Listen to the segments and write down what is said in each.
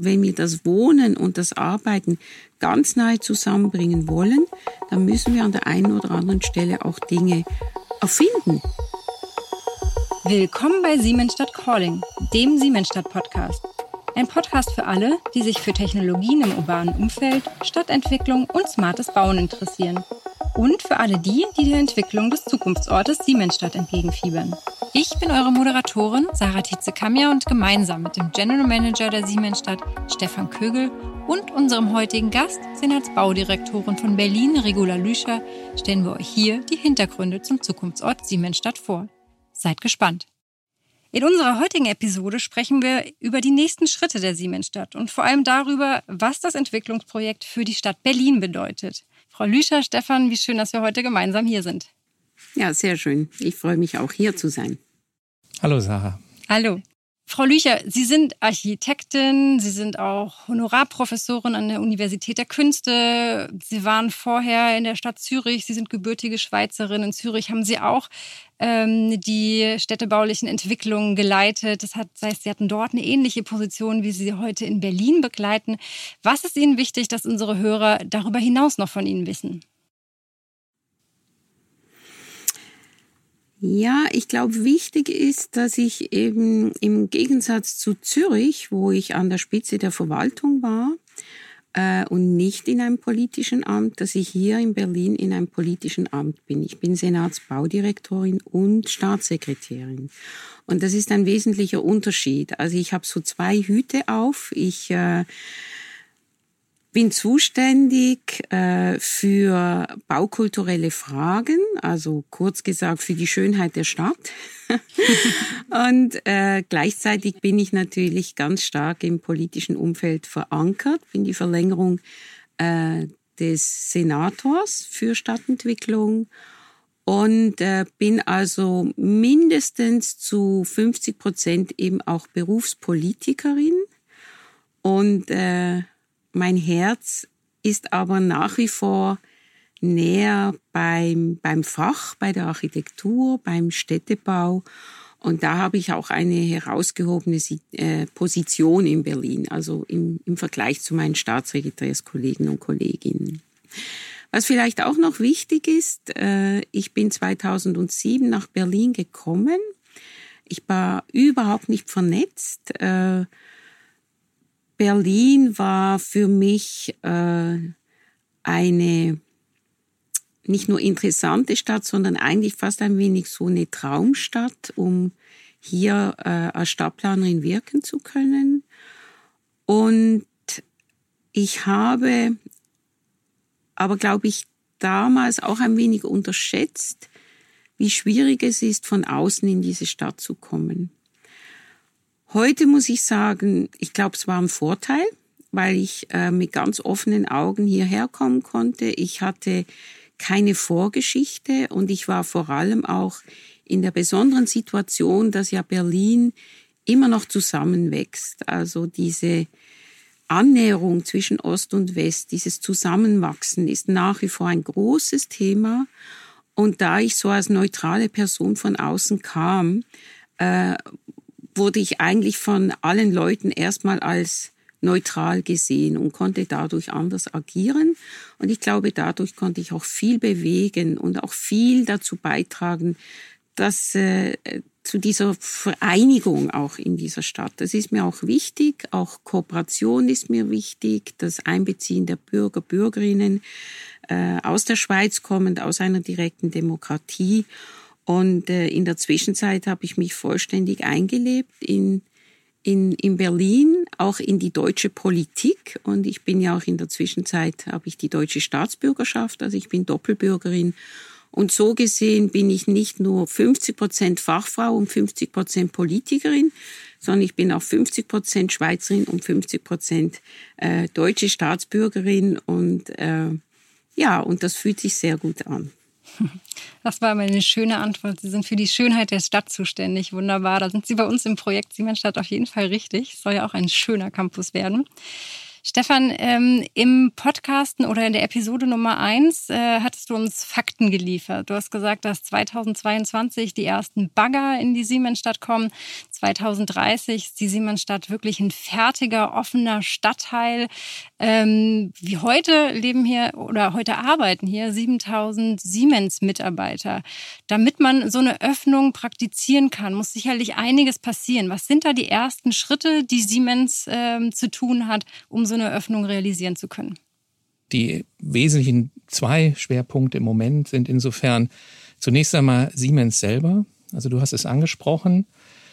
wenn wir das Wohnen und das Arbeiten ganz nahe zusammenbringen wollen, dann müssen wir an der einen oder anderen Stelle auch Dinge erfinden. Willkommen bei Siemensstadt Calling, dem Siemensstadt-Podcast. Ein Podcast für alle, die sich für Technologien im urbanen Umfeld, Stadtentwicklung und smartes Bauen interessieren. Und für alle die, die der Entwicklung des Zukunftsortes Siemensstadt entgegenfiebern. Ich bin eure Moderatorin Sarah Tietze-Kamja und gemeinsam mit dem General Manager der Siemensstadt, Stefan Kögel, und unserem heutigen Gast, Senatsbaudirektorin von Berlin, Regula Lüscher, stellen wir euch hier die Hintergründe zum Zukunftsort Siemensstadt vor. Seid gespannt. In unserer heutigen Episode sprechen wir über die nächsten Schritte der Siemensstadt und vor allem darüber, was das Entwicklungsprojekt für die Stadt Berlin bedeutet. Frau Lüscher, Stefan, wie schön, dass wir heute gemeinsam hier sind. Ja, sehr schön. Ich freue mich auch, hier zu sein. Hallo Sarah. Hallo. Frau Lüscher, Sie sind Architektin, Sie sind auch Honorarprofessorin an der Universität der Künste. Sie waren vorher in der Stadt Zürich, Sie sind gebürtige Schweizerin. In Zürich haben Sie auch die städtebaulichen Entwicklungen geleitet. Das heißt, Sie hatten dort eine ähnliche Position, wie Sie heute in Berlin begleiten. Was ist Ihnen wichtig, dass unsere Hörer darüber hinaus noch von Ihnen wissen? Ja, ich glaube, wichtig ist, dass ich eben im Gegensatz zu Zürich, wo ich an der Spitze der Verwaltung war und nicht in einem politischen Amt, dass ich hier in Berlin in einem politischen Amt bin. Ich bin Senatsbaudirektorin und Staatssekretärin. Und das ist ein wesentlicher Unterschied. Also ich habe so zwei Hüte auf. Ich bin zuständig für baukulturelle Fragen, also kurz gesagt für die Schönheit der Stadt. Und gleichzeitig bin ich natürlich ganz stark im politischen Umfeld verankert, bin die Verlängerung des Senators für Stadtentwicklung und bin also mindestens zu 50% eben auch Berufspolitikerin und mein Herz ist aber nach wie vor näher beim Fach, bei der Architektur, beim Städtebau. Und da habe ich auch eine herausgehobene Position in Berlin, also im Vergleich zu meinen Staatssekretärskollegen und Kolleginnen. Was vielleicht auch noch wichtig ist, ich bin 2007 nach Berlin gekommen. Ich war überhaupt nicht vernetzt. Berlin war für mich eine nicht nur interessante Stadt, sondern eigentlich fast ein wenig so eine Traumstadt, um hier als Stadtplanerin wirken zu können. Und ich habe aber, glaube ich, damals auch ein wenig unterschätzt, wie schwierig es ist, von außen in diese Stadt zu kommen. Heute muss ich sagen, ich glaube, es war ein Vorteil, weil ich mit ganz offenen Augen hierher kommen konnte. Ich hatte keine Vorgeschichte und ich war vor allem auch in der besonderen Situation, dass ja Berlin immer noch zusammenwächst. Also diese Annäherung zwischen Ost und West, dieses Zusammenwachsen ist nach wie vor ein großes Thema. Und da ich so als neutrale Person von außen kam, wurde ich eigentlich von allen Leuten erstmal als neutral gesehen und konnte dadurch anders agieren. Und ich glaube, dadurch konnte ich auch viel bewegen und auch viel dazu beitragen, dass zu dieser Vereinigung auch in dieser Stadt. Das ist mir auch wichtig. Auch Kooperation ist mir wichtig. Das Einbeziehen der Bürger, Bürgerinnen aus der Schweiz kommend, aus einer direkten Demokratie. Und in der Zwischenzeit habe ich mich vollständig eingelebt in Berlin, auch in die deutsche Politik. Und ich bin ja auch in der Zwischenzeit, habe ich die deutsche Staatsbürgerschaft, also ich bin Doppelbürgerin. Und so gesehen bin ich nicht nur 50% Fachfrau und 50% Politikerin, sondern ich bin auch 50% Schweizerin und 50% deutsche Staatsbürgerin. Und und das fühlt sich sehr gut an. Das war mal eine schöne Antwort. Sie sind für die Schönheit der Stadt zuständig. Wunderbar. Da sind Sie bei uns im Projekt Siemensstadt auf jeden Fall richtig. Es soll ja auch ein schöner Campus werden. Stefan, im Podcasten oder in der Episode Nummer 1 hattest du uns Fakten geliefert. Du hast gesagt, dass 2022 die ersten Bagger in die Siemensstadt kommen. 2030 ist die Siemensstadt wirklich ein fertiger, offener Stadtteil. Wie heute leben hier oder heute arbeiten hier 7000 Siemens-Mitarbeiter. Damit man so eine Öffnung praktizieren kann, muss sicherlich einiges passieren. Was sind da die ersten Schritte, die Siemens zu tun hat, um so eine Öffnung realisieren zu können? Die wesentlichen 2 Schwerpunkte im Moment sind insofern zunächst einmal Siemens selber. Also du hast es angesprochen.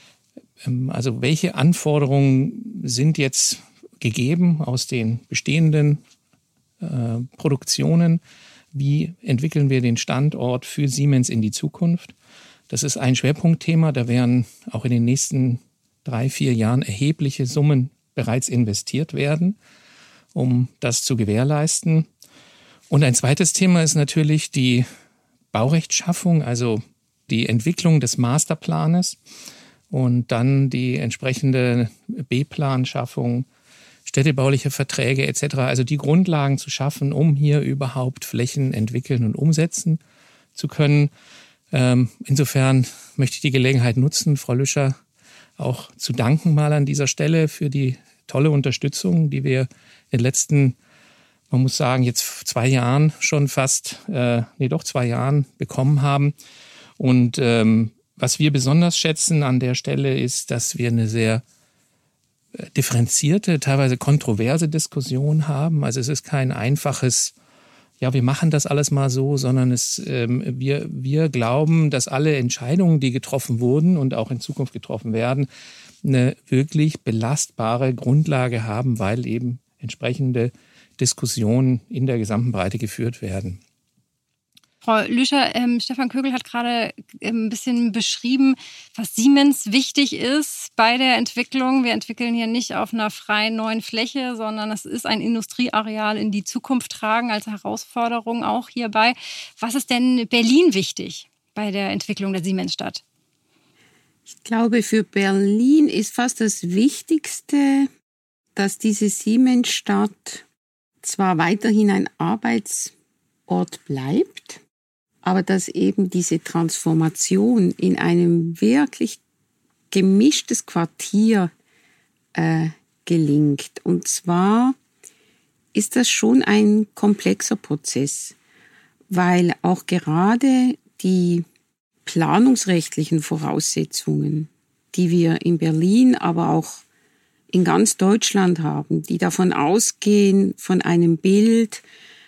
Also welche Anforderungen sind jetzt gegeben aus den bestehenden Produktionen? Wie entwickeln wir den Standort für Siemens in die Zukunft? Das ist ein Schwerpunktthema. Da werden auch in den nächsten 3-4 Jahren erhebliche Summen bereits investiert werden, um das zu gewährleisten. Und ein zweites Thema ist natürlich die Baurechtsschaffung, also die Entwicklung des Masterplanes und dann die entsprechende B-Planschaffung, städtebauliche Verträge etc. Also die Grundlagen zu schaffen, um hier überhaupt Flächen entwickeln und umsetzen zu können. Insofern möchte ich die Gelegenheit nutzen, Frau Lüscher auch zu danken mal an dieser Stelle für die tolle Unterstützung, die wir in den letzten, man muss sagen, jetzt 2 Jahren schon fast, 2 Jahren bekommen haben. Und was wir besonders schätzen an der Stelle ist, dass wir eine sehr differenzierte, teilweise kontroverse Diskussion haben. Also es ist kein einfaches, ja, wir machen das alles mal so, sondern wir glauben, dass alle Entscheidungen, die getroffen wurden und auch in Zukunft getroffen werden, eine wirklich belastbare Grundlage haben, weil eben entsprechende Diskussionen in der gesamten Breite geführt werden. Frau Lüscher, Stefan Kögel hat gerade ein bisschen beschrieben, was Siemens wichtig ist bei der Entwicklung. Wir entwickeln hier nicht auf einer freien neuen Fläche, sondern es ist ein Industrieareal in die Zukunft tragen als Herausforderung auch hierbei. Was ist denn Berlin wichtig bei der Entwicklung der Siemensstadt? Ich glaube, für Berlin ist fast das Wichtigste, dass diese Siemensstadt zwar weiterhin ein Arbeitsort bleibt, aber dass eben diese Transformation in einem wirklich gemischtes Quartier gelingt. Und zwar ist das schon ein komplexer Prozess, weil auch gerade die planungsrechtlichen Voraussetzungen, die wir in Berlin, aber auch in ganz Deutschland haben, die davon ausgehen, von einem Bild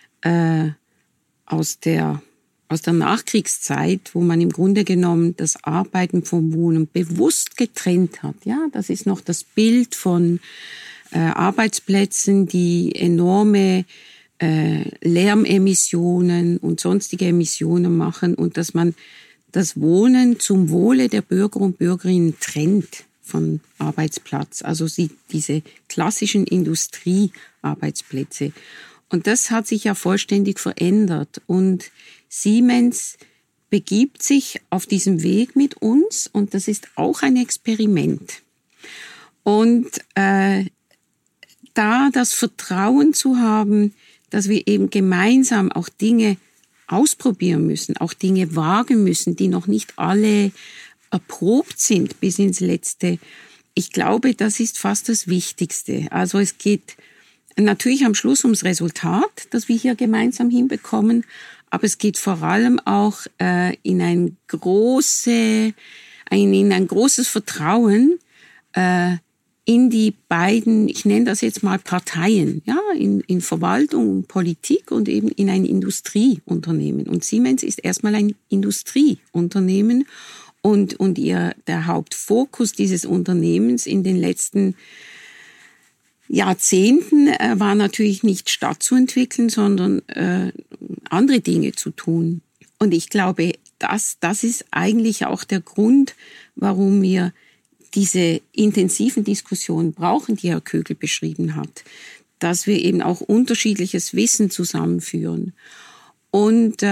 aus der Nachkriegszeit, wo man im Grunde genommen das Arbeiten vom Wohnen bewusst getrennt hat. Ja, das ist noch das Bild von Arbeitsplätzen, die enorme Lärmemissionen und sonstige Emissionen machen und dass man das Wohnen zum Wohle der Bürger und Bürgerinnen trennt von Arbeitsplatz, also diese klassischen Industriearbeitsplätze. Und das hat sich ja vollständig verändert. Und Siemens begibt sich auf diesem Weg mit uns und das ist auch ein Experiment. Und da das Vertrauen zu haben, dass wir eben gemeinsam auch Dinge ausprobieren müssen, auch Dinge wagen müssen, die noch nicht alle erprobt sind bis ins Letzte. Ich glaube, das ist fast das Wichtigste. Also es geht natürlich am Schluss ums Resultat, das wir hier gemeinsam hinbekommen, aber es geht vor allem auch in ein großes Vertrauen in die beiden, ich nenne das jetzt mal Parteien, ja, in Verwaltung und Politik und eben in ein Industrieunternehmen. Und Siemens ist erstmal ein Industrieunternehmen und der Hauptfokus dieses Unternehmens in den letzten Jahrzehnten war natürlich nicht Stadt zu entwickeln, sondern andere Dinge zu tun. Und ich glaube, das ist eigentlich auch der Grund, warum wir diese intensiven Diskussionen brauchen, die Herr Kögel beschrieben hat, dass wir eben auch unterschiedliches Wissen zusammenführen. Und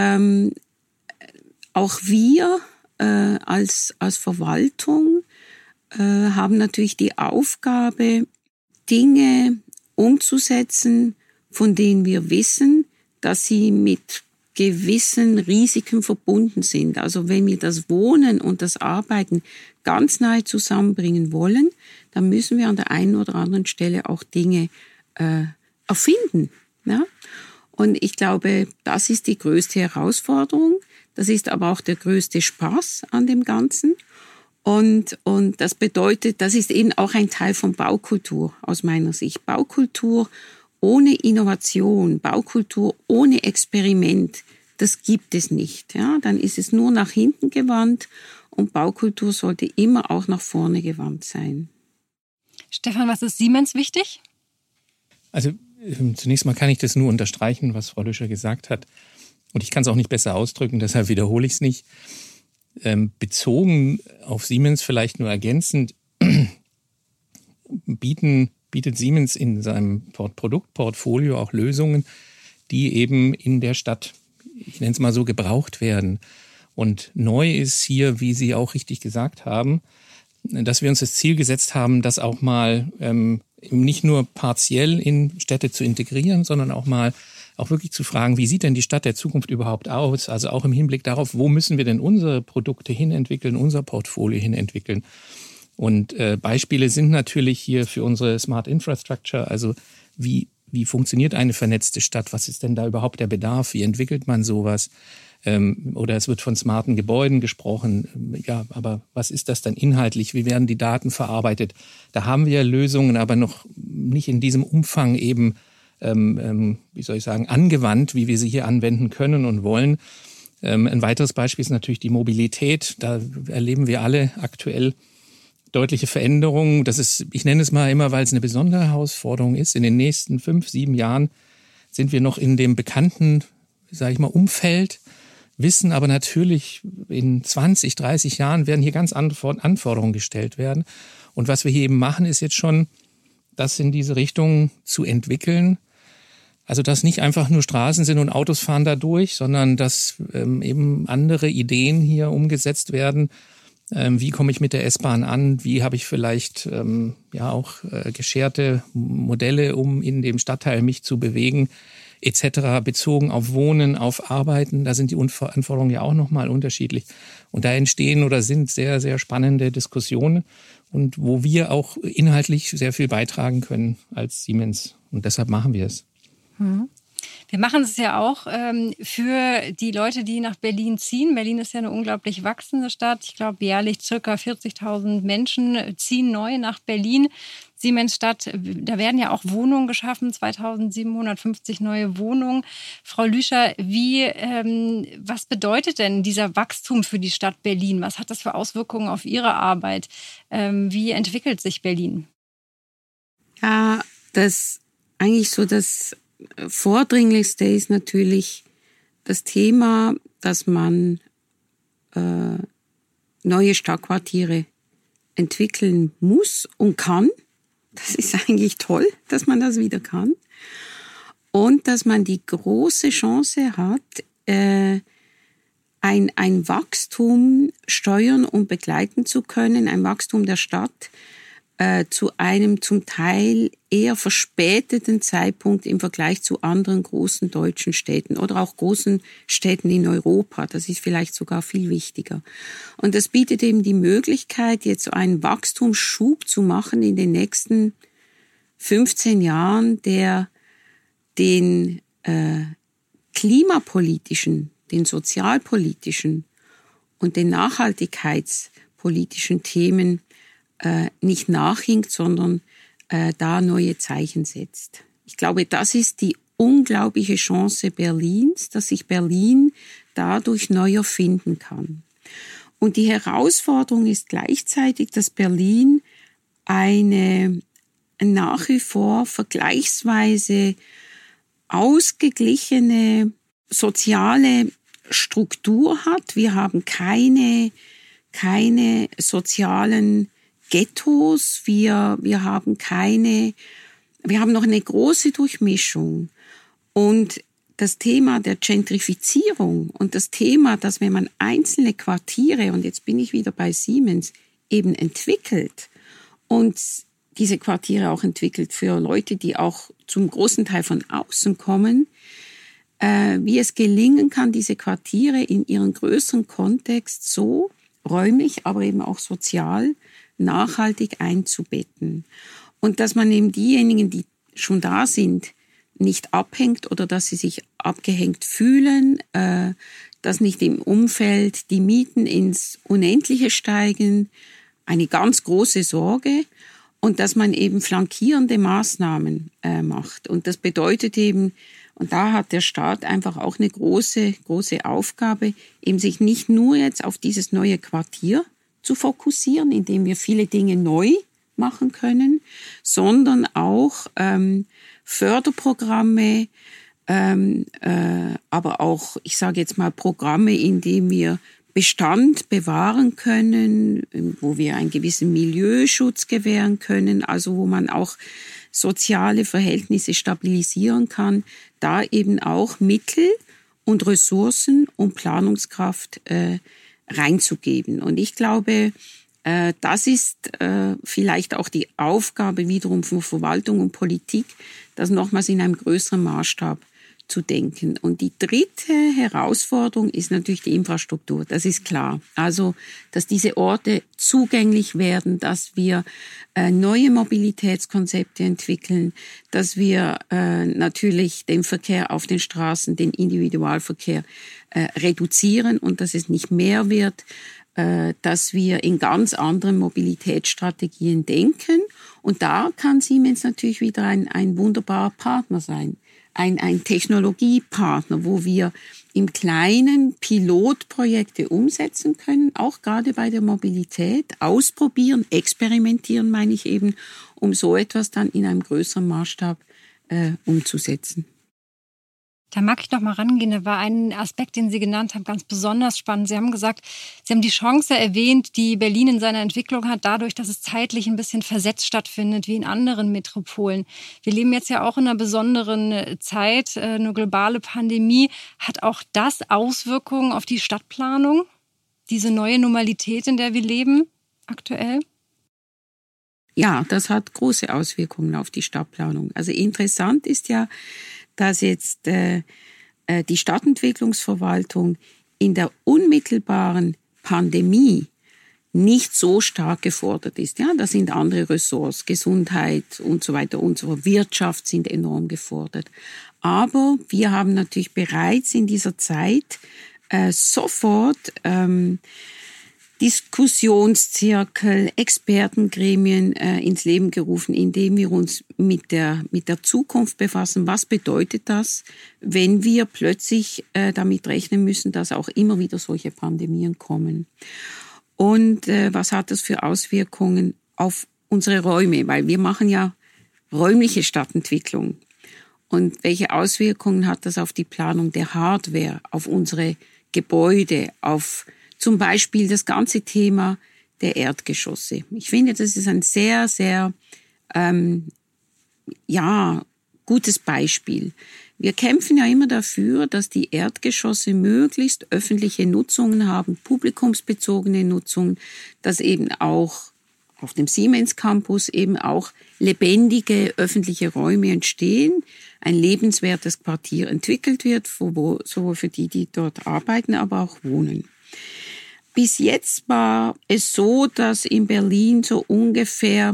auch wir als Verwaltung haben natürlich die Aufgabe, Dinge umzusetzen, von denen wir wissen, dass sie mit gewissen Risiken verbunden sind. Also wenn wir das Wohnen und das Arbeiten ganz nahe zusammenbringen wollen, dann müssen wir an der einen oder anderen Stelle auch Dinge erfinden. Ja? Und ich glaube, das ist die größte Herausforderung. Das ist aber auch der größte Spaß an dem Ganzen. Und das bedeutet, das ist eben auch ein Teil von Baukultur aus meiner Sicht. Baukultur ohne Innovation, Baukultur ohne Experiment, das gibt es nicht. Ja, dann ist es nur nach hinten gewandt und Baukultur sollte immer auch nach vorne gewandt sein. Stefan, was ist Siemens wichtig? Also zunächst mal kann ich das nur unterstreichen, was Frau Lüscher gesagt hat. Und ich kann es auch nicht besser ausdrücken, deshalb wiederhole ich es nicht. Bezogen auf Siemens vielleicht nur ergänzend, bietet Siemens in seinem Produktportfolio auch Lösungen, die eben in der Stadt, ich nenne es mal so, gebraucht werden. Und neu ist hier, wie Sie auch richtig gesagt haben, dass wir uns das Ziel gesetzt haben, das auch mal nicht nur partiell in Städte zu integrieren, sondern auch wirklich zu fragen, wie sieht denn die Stadt der Zukunft überhaupt aus? Also auch im Hinblick darauf, wo müssen wir denn unsere Produkte hinentwickeln, unser Portfolio hinentwickeln? Und Beispiele sind natürlich hier für unsere Smart Infrastructure, also wie funktioniert eine vernetzte Stadt? Was ist denn da überhaupt der Bedarf? Wie entwickelt man sowas? Oder es wird von smarten Gebäuden gesprochen. Ja, aber was ist das dann inhaltlich? Wie werden die Daten verarbeitet? Da haben wir Lösungen, aber noch nicht in diesem Umfang eben, angewandt, wie wir sie hier anwenden können und wollen. Ein weiteres Beispiel ist natürlich die Mobilität. Da erleben wir alle aktuell deutliche Veränderungen. Das ist, ich nenne es mal immer, weil es eine besondere Herausforderung ist. In den nächsten 5-7 Jahren sind wir noch in dem bekannten, Umfeld, wissen aber natürlich, in 20, 30 Jahren werden hier ganz andere Anforderungen gestellt werden. Und was wir hier eben machen, ist jetzt schon, das in diese Richtung zu entwickeln. Also, dass nicht einfach nur Straßen sind und Autos fahren da durch, sondern dass eben andere Ideen hier umgesetzt werden. Wie komme ich mit der S-Bahn an? Wie habe ich vielleicht gescherte Modelle, um in dem Stadtteil mich zu bewegen, etc. bezogen auf Wohnen, auf Arbeiten. Da sind die Anforderungen ja auch nochmal unterschiedlich. Und da entstehen oder sind sehr, sehr spannende Diskussionen und wo wir auch inhaltlich sehr viel beitragen können als Siemens. Und deshalb machen wir es. Wir machen es ja auch für die Leute, die nach Berlin ziehen. Berlin ist ja eine unglaublich wachsende Stadt. Ich glaube, jährlich ca. 40.000 Menschen ziehen neu nach Berlin. Siemensstadt, da werden ja auch Wohnungen geschaffen, 2.750 neue Wohnungen. Frau Lüscher, was bedeutet denn dieser Wachstum für die Stadt Berlin? Was hat das für Auswirkungen auf Ihre Arbeit? Wie entwickelt sich Berlin? Ja, das Vordringlichste ist natürlich das Thema, dass man neue Stadtquartiere entwickeln muss und kann. Das ist eigentlich toll, dass man das wieder kann. Und dass man die große Chance hat, ein Wachstum steuern und begleiten zu können, ein Wachstum der Stadt, zu einem zum Teil eher verspäteten Zeitpunkt im Vergleich zu anderen großen deutschen Städten oder auch großen Städten in Europa. Das ist vielleicht sogar viel wichtiger. Und das bietet eben die Möglichkeit, jetzt so einen Wachstumsschub zu machen in den nächsten 15 Jahren, der den klimapolitischen, den sozialpolitischen und den nachhaltigkeitspolitischen Themen nicht nachhinkt, sondern da neue Zeichen setzt. Ich glaube, das ist die unglaubliche Chance Berlins, dass sich Berlin dadurch neu erfinden kann. Und die Herausforderung ist gleichzeitig, dass Berlin eine nach wie vor vergleichsweise ausgeglichene soziale Struktur hat. Wir haben keine sozialen Ghettos, wir haben noch eine große Durchmischung. Und das Thema der Gentrifizierung und das Thema, dass wenn man einzelne Quartiere, und jetzt bin ich wieder bei Siemens, eben entwickelt und diese Quartiere auch entwickelt für Leute, die auch zum großen Teil von außen kommen, wie es gelingen kann, diese Quartiere in ihren größeren Kontext so räumlich, aber eben auch sozial nachhaltig einzubetten. Und dass man eben diejenigen, die schon da sind, nicht abhängt oder dass sie sich abgehängt fühlen, dass nicht im Umfeld die Mieten ins Unendliche steigen, eine ganz große Sorge, und dass man eben flankierende Maßnahmen macht. Und das bedeutet eben, und da hat der Staat einfach auch eine große Aufgabe, eben sich nicht nur jetzt auf dieses neue Quartier zu fokussieren, indem wir viele Dinge neu machen können, sondern auch Förderprogramme, aber auch, ich sage jetzt mal, Programme, in denen wir Bestand bewahren können, wo wir einen gewissen Milieuschutz gewähren können, also wo man auch soziale Verhältnisse stabilisieren kann, da eben auch Mittel und Ressourcen und Planungskraft reinzugeben. Und ich glaube, das ist vielleicht auch die Aufgabe wiederum von Verwaltung und Politik, das nochmals in einem größeren Maßstab zu denken. Und die dritte Herausforderung ist natürlich die Infrastruktur, das ist klar. Also, dass diese Orte zugänglich werden, dass wir neue Mobilitätskonzepte entwickeln, dass wir natürlich den Verkehr auf den Straßen, den Individualverkehr reduzieren und dass es nicht mehr wird, dass wir in ganz anderen Mobilitätsstrategien denken. Und da kann Siemens natürlich wieder ein wunderbarer Partner sein. Ein Technologiepartner, wo wir im Kleinen Pilotprojekte umsetzen können, auch gerade bei der Mobilität, ausprobieren, experimentieren, meine ich eben, um so etwas dann in einem größeren Maßstab umzusetzen. Da mag ich noch mal rangehen. Da war ein Aspekt, den Sie genannt haben, ganz besonders spannend. Sie haben gesagt, Sie haben die Chance erwähnt, die Berlin in seiner Entwicklung hat, dadurch, dass es zeitlich ein bisschen versetzt stattfindet, wie in anderen Metropolen. Wir leben jetzt ja auch in einer besonderen Zeit, eine globale Pandemie. Hat auch das Auswirkungen auf die Stadtplanung? Diese neue Normalität, in der wir leben aktuell? Ja, das hat große Auswirkungen auf die Stadtplanung. Also interessant ist ja, dass jetzt die Stadtentwicklungsverwaltung in der unmittelbaren Pandemie nicht so stark gefordert ist. Ja, da sind andere Ressorts, Gesundheit und so weiter und so fort, Wirtschaft sind enorm gefordert. Aber wir haben natürlich bereits in dieser Zeit sofort Diskussionszirkel, Expertengremien ins Leben gerufen, indem wir uns mit der Zukunft befassen. Was bedeutet das, wenn wir plötzlich damit rechnen müssen, dass auch immer wieder solche Pandemien kommen? Und was hat das für Auswirkungen auf unsere Räume? Weil wir machen ja räumliche Stadtentwicklung. Und welche Auswirkungen hat das auf die Planung der Hardware, auf unsere Gebäude, auf zum Beispiel das ganze Thema der Erdgeschosse? Ich finde, das ist ein sehr, sehr gutes Beispiel. Wir kämpfen ja immer dafür, dass die Erdgeschosse möglichst öffentliche Nutzungen haben, publikumsbezogene Nutzungen, dass eben auch auf dem Siemens Campus eben auch lebendige öffentliche Räume entstehen, ein lebenswertes Quartier entwickelt wird, sowohl für die dort arbeiten, aber auch wohnen. Bis jetzt war es so, dass in Berlin so ungefähr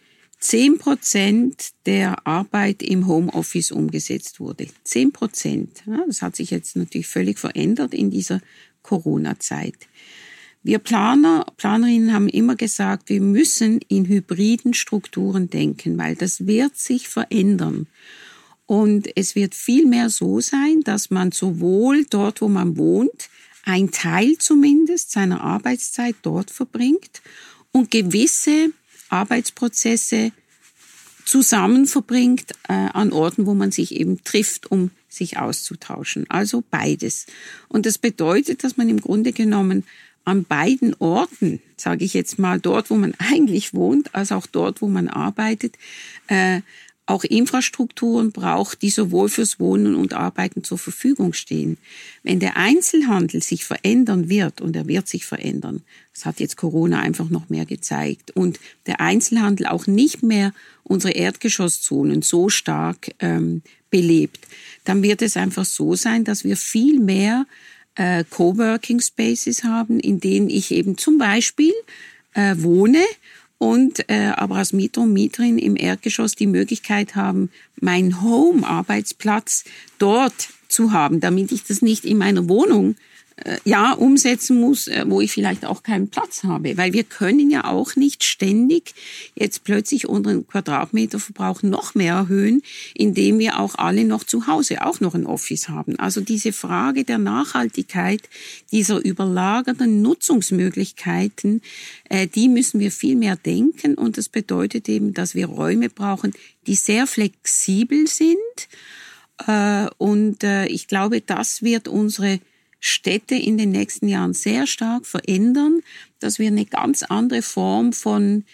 10% der Arbeit im Homeoffice umgesetzt wurde. 10%. Ja, das hat sich jetzt natürlich völlig verändert in dieser Corona-Zeit. Wir Planerinnen haben immer gesagt, wir müssen in hybriden Strukturen denken, weil das wird sich verändern. Und es wird vielmehr so sein, dass man sowohl dort, wo man wohnt, ein Teil zumindest seiner Arbeitszeit dort verbringt und gewisse Arbeitsprozesse zusammen verbringt an Orten, wo man sich eben trifft, um sich auszutauschen. Also beides. Und das bedeutet, dass man im Grunde genommen an beiden Orten, sage ich jetzt mal, dort, wo man eigentlich wohnt, als auch dort, wo man arbeitet, auch Infrastrukturen braucht, die sowohl fürs Wohnen und Arbeiten zur Verfügung stehen. Wenn der Einzelhandel sich verändern wird, und er wird sich verändern, das hat jetzt Corona einfach noch mehr gezeigt, und der Einzelhandel auch nicht mehr unsere Erdgeschosszonen so stark belebt, dann wird es einfach so sein, dass wir viel mehr Coworking Spaces haben, in denen ich eben zum Beispiel wohne und aber als Mieter und Mieterin im Erdgeschoss die Möglichkeit haben, meinen Home-Arbeitsplatz dort zu haben, damit ich das nicht in meiner Wohnung umsetzen muss, wo ich vielleicht auch keinen Platz habe. Weil wir können ja auch nicht ständig jetzt plötzlich unseren Quadratmeterverbrauch noch mehr erhöhen, indem wir auch alle noch zu Hause auch noch ein Office haben. Also diese Frage der Nachhaltigkeit, dieser überlagerten Nutzungsmöglichkeiten, die müssen wir viel mehr denken. Und das bedeutet eben, dass wir Räume brauchen, die sehr flexibel sind. Und ich glaube, das wird unsere Städte in den nächsten Jahren sehr stark verändern, dass wir eine ganz andere Form von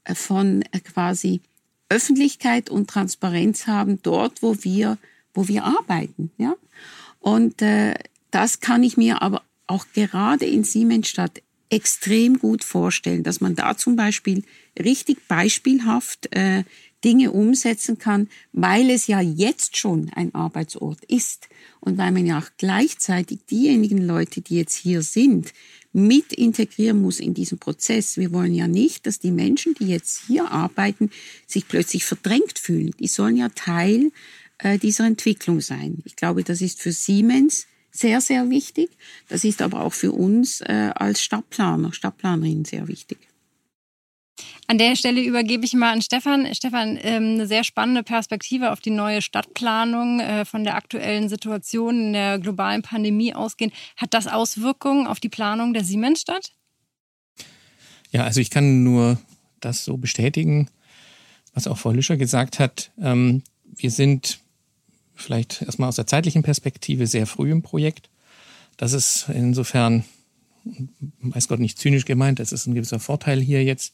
quasi Öffentlichkeit und Transparenz haben dort, wo wir arbeiten, ja. Und das kann ich mir aber auch gerade in Siemensstadt extrem gut vorstellen, dass man da zum Beispiel richtig beispielhaft Dinge umsetzen kann, weil es ja jetzt schon ein Arbeitsort ist und weil man ja auch gleichzeitig diejenigen Leute, die jetzt hier sind, mit integrieren muss in diesen Prozess. Wir wollen ja nicht, dass die Menschen, die jetzt hier arbeiten, sich plötzlich verdrängt fühlen. Die sollen ja Teil dieser Entwicklung sein. Ich glaube, das ist für Siemens sehr, sehr wichtig. Das ist aber auch für uns als Stadtplanerin sehr wichtig. An der Stelle übergebe ich mal an Stefan. Stefan, eine sehr spannende Perspektive auf die neue Stadtplanung von der aktuellen Situation in der globalen Pandemie ausgehend. Hat das Auswirkungen auf die Planung der Siemensstadt? Ja, also ich kann nur das so bestätigen, was auch Frau Lüscher gesagt hat. Wir sind vielleicht erstmal aus der zeitlichen Perspektive sehr früh im Projekt. Das ist insofern, weiß Gott, nicht zynisch gemeint, das ist ein gewisser Vorteil hier jetzt,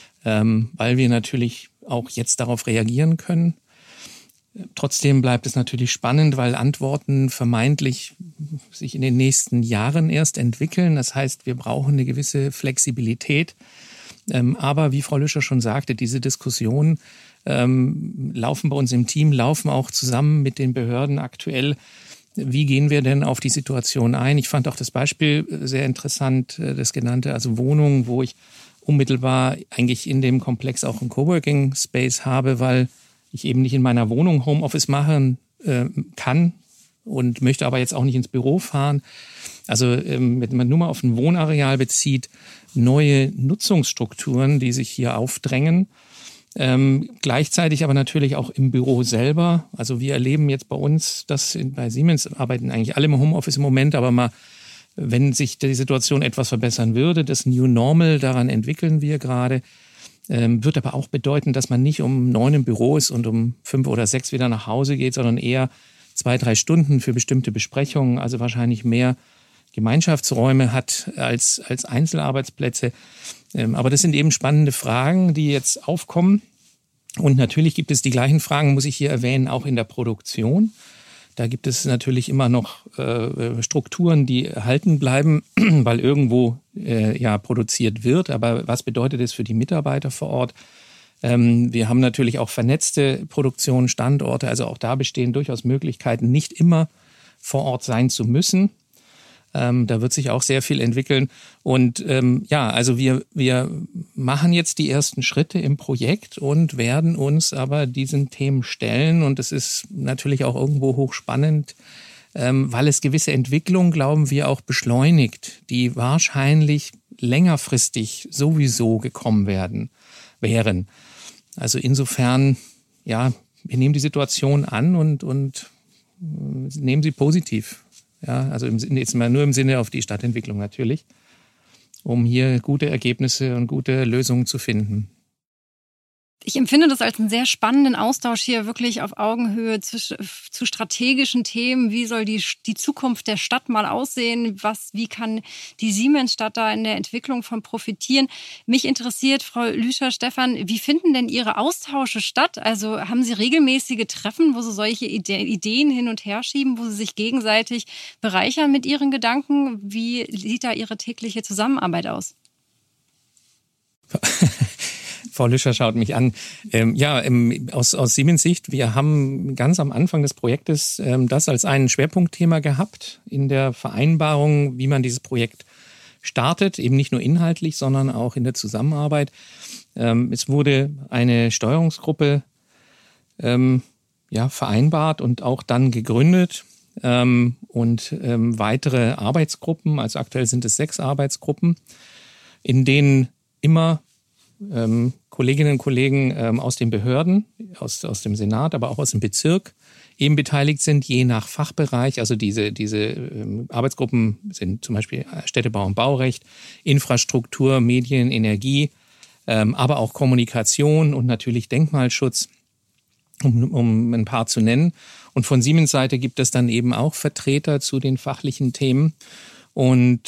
weil wir natürlich auch jetzt darauf reagieren können. Trotzdem bleibt es natürlich spannend, weil Antworten vermeintlich sich in den nächsten Jahren erst entwickeln. Das heißt, wir brauchen eine gewisse Flexibilität. Aber wie Frau Lüscher schon sagte, diese Diskussionen laufen bei uns im Team, laufen auch zusammen mit den Behörden aktuell. Wie gehen wir denn auf die Situation ein? Ich fand auch das Beispiel sehr interessant, das genannte, also Wohnungen, wo ich unmittelbar eigentlich in dem Komplex auch einen Coworking Space habe, weil ich eben nicht in meiner Wohnung Homeoffice machen kann und möchte aber jetzt auch nicht ins Büro fahren. Also wenn man nur mal auf ein Wohnareal bezieht, neue Nutzungsstrukturen, die sich hier aufdrängen. Gleichzeitig aber natürlich auch im Büro selber. Also wir erleben jetzt bei uns, dass bei Siemens arbeiten eigentlich alle im Homeoffice im Moment, aber mal, wenn sich die Situation etwas verbessern würde, das New Normal, daran entwickeln wir gerade, wird aber auch bedeuten, dass man nicht um 9 im Büro ist und um 5 oder 6 wieder nach Hause geht, sondern eher 2-3 Stunden für bestimmte Besprechungen, also wahrscheinlich mehr Gemeinschaftsräume hat als Einzelarbeitsplätze. Aber das sind eben spannende Fragen, die jetzt aufkommen. Und natürlich gibt es die gleichen Fragen, muss ich hier erwähnen, auch in der Produktion. Da gibt es natürlich immer noch Strukturen, die erhalten bleiben, weil irgendwo produziert wird. Aber was bedeutet das für die Mitarbeiter vor Ort? Wir haben natürlich auch vernetzte Produktionen, Standorte. Also auch da bestehen durchaus Möglichkeiten, nicht immer vor Ort sein zu müssen. Da wird sich auch sehr viel entwickeln. Und also wir machen jetzt die ersten Schritte im Projekt und werden uns aber diesen Themen stellen. Und es ist natürlich auch irgendwo hochspannend, weil es gewisse Entwicklungen, glauben wir, auch beschleunigt, die wahrscheinlich längerfristig sowieso gekommen wären. Also insofern, ja, wir nehmen die Situation an und nehmen sie positiv. Ja, also jetzt mal nur im Sinne auf die Stadtentwicklung natürlich, um hier gute Ergebnisse und gute Lösungen zu finden. Ich empfinde das als einen sehr spannenden Austausch hier wirklich auf Augenhöhe zu strategischen Themen. Wie soll die Zukunft der Stadt mal aussehen? Wie kann die Siemensstadt da in der Entwicklung von profitieren? Mich interessiert, Frau Lüscher, Stefan, wie finden denn Ihre Austausche statt? Also haben Sie regelmäßige Treffen, wo Sie solche Ideen hin und her schieben, wo Sie sich gegenseitig bereichern mit Ihren Gedanken? Wie sieht da Ihre tägliche Zusammenarbeit aus? Frau Lüscher schaut mich an. Aus Siemens Sicht, wir haben ganz am Anfang des Projektes das als ein Schwerpunktthema gehabt in der Vereinbarung, wie man dieses Projekt startet, eben nicht nur inhaltlich, sondern auch in der Zusammenarbeit. Es wurde eine Steuerungsgruppe vereinbart und auch dann gegründet und weitere Arbeitsgruppen, also aktuell sind es 6 Arbeitsgruppen, in denen immer Kolleginnen und Kollegen aus den Behörden, aus dem Senat, aber auch aus dem Bezirk eben beteiligt sind, je nach Fachbereich. Also diese Arbeitsgruppen sind zum Beispiel Städtebau und Baurecht, Infrastruktur, Medien, Energie, aber auch Kommunikation und natürlich Denkmalschutz, um ein paar zu nennen. Und von Siemens Seite gibt es dann eben auch Vertreter zu den fachlichen Themen. Und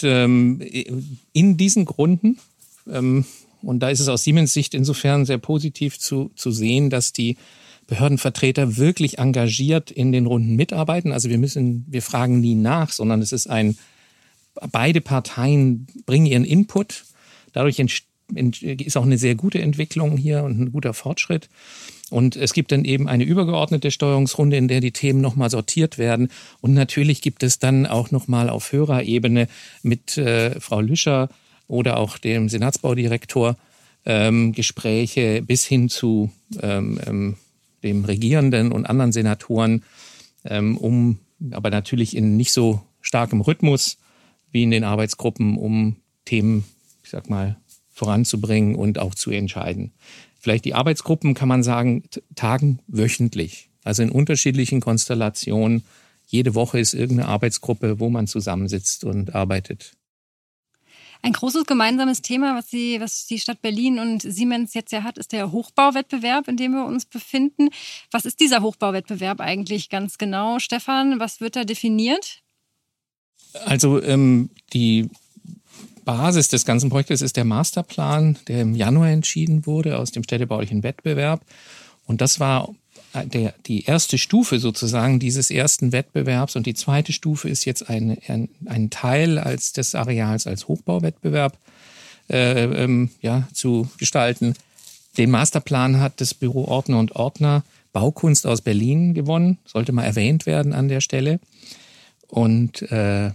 in diesen Gruppen und da ist es aus Siemens Sicht insofern sehr positiv zu sehen, dass die Behördenvertreter wirklich engagiert in den Runden mitarbeiten. Also wir fragen nie nach, sondern es ist beide Parteien bringen ihren Input. Dadurch ist auch eine sehr gute Entwicklung hier und ein guter Fortschritt. Und es gibt dann eben eine übergeordnete Steuerungsrunde, in der die Themen nochmal sortiert werden. Und natürlich gibt es dann auch nochmal auf höherer Ebene mit Frau Lüscher oder auch dem Senatsbaudirektor Gespräche bis hin zu dem Regierenden und anderen Senatoren, aber natürlich in nicht so starkem Rhythmus wie in den Arbeitsgruppen, um Themen, ich sag mal, voranzubringen und auch zu entscheiden. Vielleicht die Arbeitsgruppen, kann man sagen, tagen wöchentlich, also in unterschiedlichen Konstellationen. Jede Woche ist irgendeine Arbeitsgruppe, wo man zusammensitzt und arbeitet. Ein großes gemeinsames Thema, was die Stadt Berlin und Siemens jetzt ja hat, ist der Hochbauwettbewerb, in dem wir uns befinden. Was ist dieser Hochbauwettbewerb eigentlich ganz genau, Stefan? Was wird da definiert? Also die Basis des ganzen Projektes ist der Masterplan, der im Januar entschieden wurde aus dem städtebaulichen Wettbewerb. Und das war die erste Stufe sozusagen dieses ersten Wettbewerbs. Und die zweite Stufe ist jetzt ein Teil des Areals als Hochbauwettbewerb zu gestalten. Den Masterplan hat das Büro Ordner und Ordner Baukunst aus Berlin gewonnen, sollte mal erwähnt werden an der Stelle. Und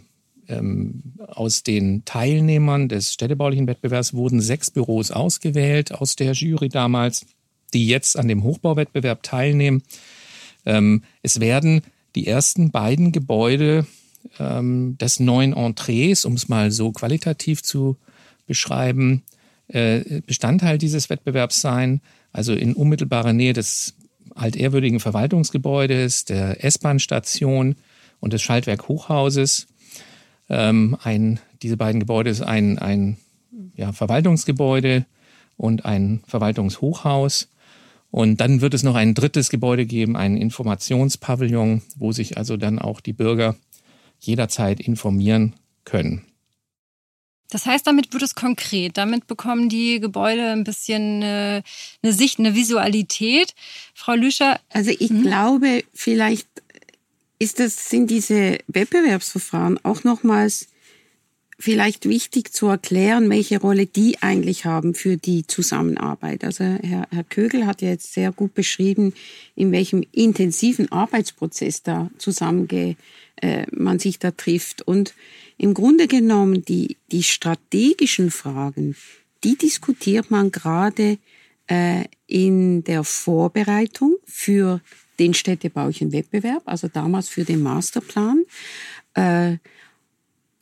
aus den Teilnehmern des städtebaulichen Wettbewerbs wurden 6 Büros ausgewählt aus der Jury damals, die jetzt an dem Hochbauwettbewerb teilnehmen. Es werden die ersten beiden Gebäude des neuen Entrees, um es mal so qualitativ zu beschreiben, Bestandteil dieses Wettbewerbs sein. Also in unmittelbarer Nähe des altehrwürdigen Verwaltungsgebäudes, der S-Bahn-Station und des Schaltwerk-Hochhauses. Diese beiden Gebäude ist ein Verwaltungsgebäude und ein Verwaltungshochhaus. Und dann wird es noch ein drittes Gebäude geben, ein Informationspavillon, wo sich also dann auch die Bürger jederzeit informieren können. Das heißt, damit wird es konkret. Damit bekommen die Gebäude ein bisschen eine Sicht, eine Visualität. Frau Lüscher? Also ich glaube, vielleicht sind diese Wettbewerbsverfahren auch nochmals vielleicht wichtig zu erklären, welche Rolle die eigentlich haben für die Zusammenarbeit. Also Herr Kögel hat ja jetzt sehr gut beschrieben, in welchem intensiven Arbeitsprozess da man sich da trifft. Und im Grunde genommen die strategischen Fragen, die diskutiert man gerade in der Vorbereitung für den städtebaulichen Wettbewerb, also damals für den Masterplan.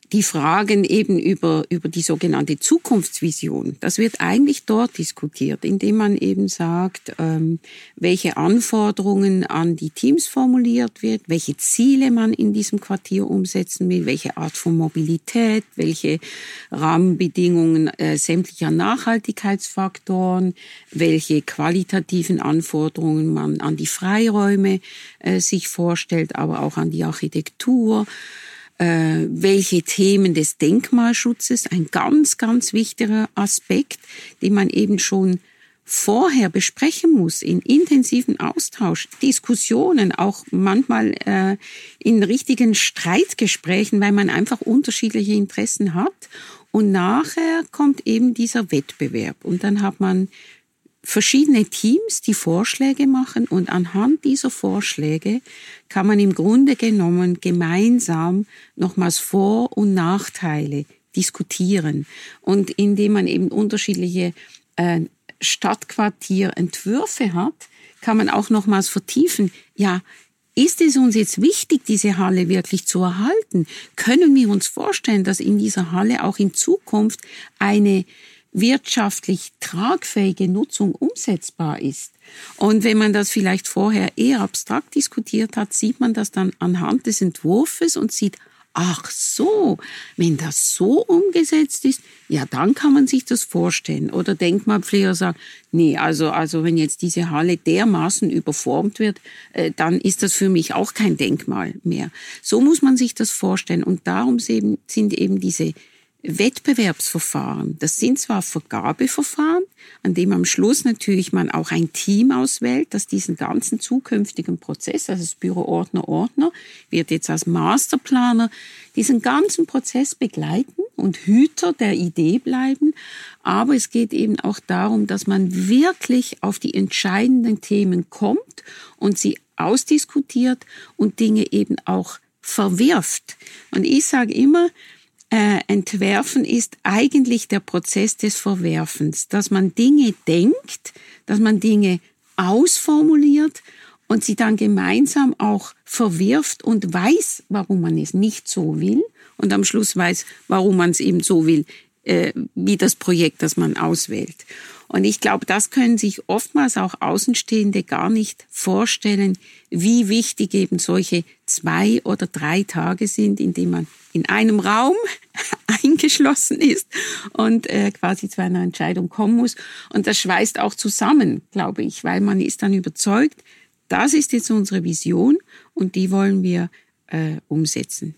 die Fragen eben über die sogenannte Zukunftsvision, das wird eigentlich dort diskutiert, indem man eben sagt, welche Anforderungen an die Teams formuliert wird, welche Ziele man in diesem Quartier umsetzen will, welche Art von Mobilität, welche Rahmenbedingungen sämtlicher Nachhaltigkeitsfaktoren, welche qualitativen Anforderungen man an die Freiräume sich vorstellt, aber auch an die Architektur, welche Themen des Denkmalschutzes, ein ganz, ganz wichtiger Aspekt, den man eben schon vorher besprechen muss, in intensiven Austausch, Diskussionen, auch manchmal in richtigen Streitgesprächen, weil man einfach unterschiedliche Interessen hat. Und nachher kommt eben dieser Wettbewerb. Und dann hat man verschiedene Teams, die Vorschläge machen, und anhand dieser Vorschläge kann man im Grunde genommen gemeinsam nochmals Vor- und Nachteile diskutieren. Und indem man eben unterschiedliche Stadtquartierentwürfe hat, kann man auch nochmals vertiefen, ja, ist es uns jetzt wichtig, diese Halle wirklich zu erhalten? Können wir uns vorstellen, dass in dieser Halle auch in Zukunft eine wirtschaftlich tragfähige Nutzung umsetzbar ist? Und wenn man das vielleicht vorher eher abstrakt diskutiert hat, sieht man das dann anhand des Entwurfs und sieht, ach so, wenn das so umgesetzt ist, ja, dann kann man sich das vorstellen. Oder Denkmalpfleger sagen, nee, also wenn jetzt diese Halle dermaßen überformt wird, dann ist das für mich auch kein Denkmal mehr. So muss man sich das vorstellen. Und darum sind eben diese Wettbewerbsverfahren, das sind zwar Vergabeverfahren, an dem am Schluss natürlich man auch ein Team auswählt, das diesen ganzen zukünftigen Prozess, also das Büro Ordner wird jetzt als Masterplaner diesen ganzen Prozess begleiten und Hüter der Idee bleiben. Aber es geht eben auch darum, dass man wirklich auf die entscheidenden Themen kommt und sie ausdiskutiert und Dinge eben auch verwirft. Und ich sage immer, Entwerfen ist eigentlich der Prozess des Verwerfens, dass man Dinge denkt, dass man Dinge ausformuliert und sie dann gemeinsam auch verwirft und weiß, warum man es nicht so will und am Schluss weiß, warum man es eben so will, wie das Projekt, das man auswählt. Und ich glaube, das können sich oftmals auch Außenstehende gar nicht vorstellen, wie wichtig eben solche 2 oder 3 Tage sind, in denen man in einem Raum eingeschlossen ist und quasi zu einer Entscheidung kommen muss. Und das schweißt auch zusammen, glaube ich, weil man ist dann überzeugt, das ist jetzt unsere Vision und die wollen wir umsetzen.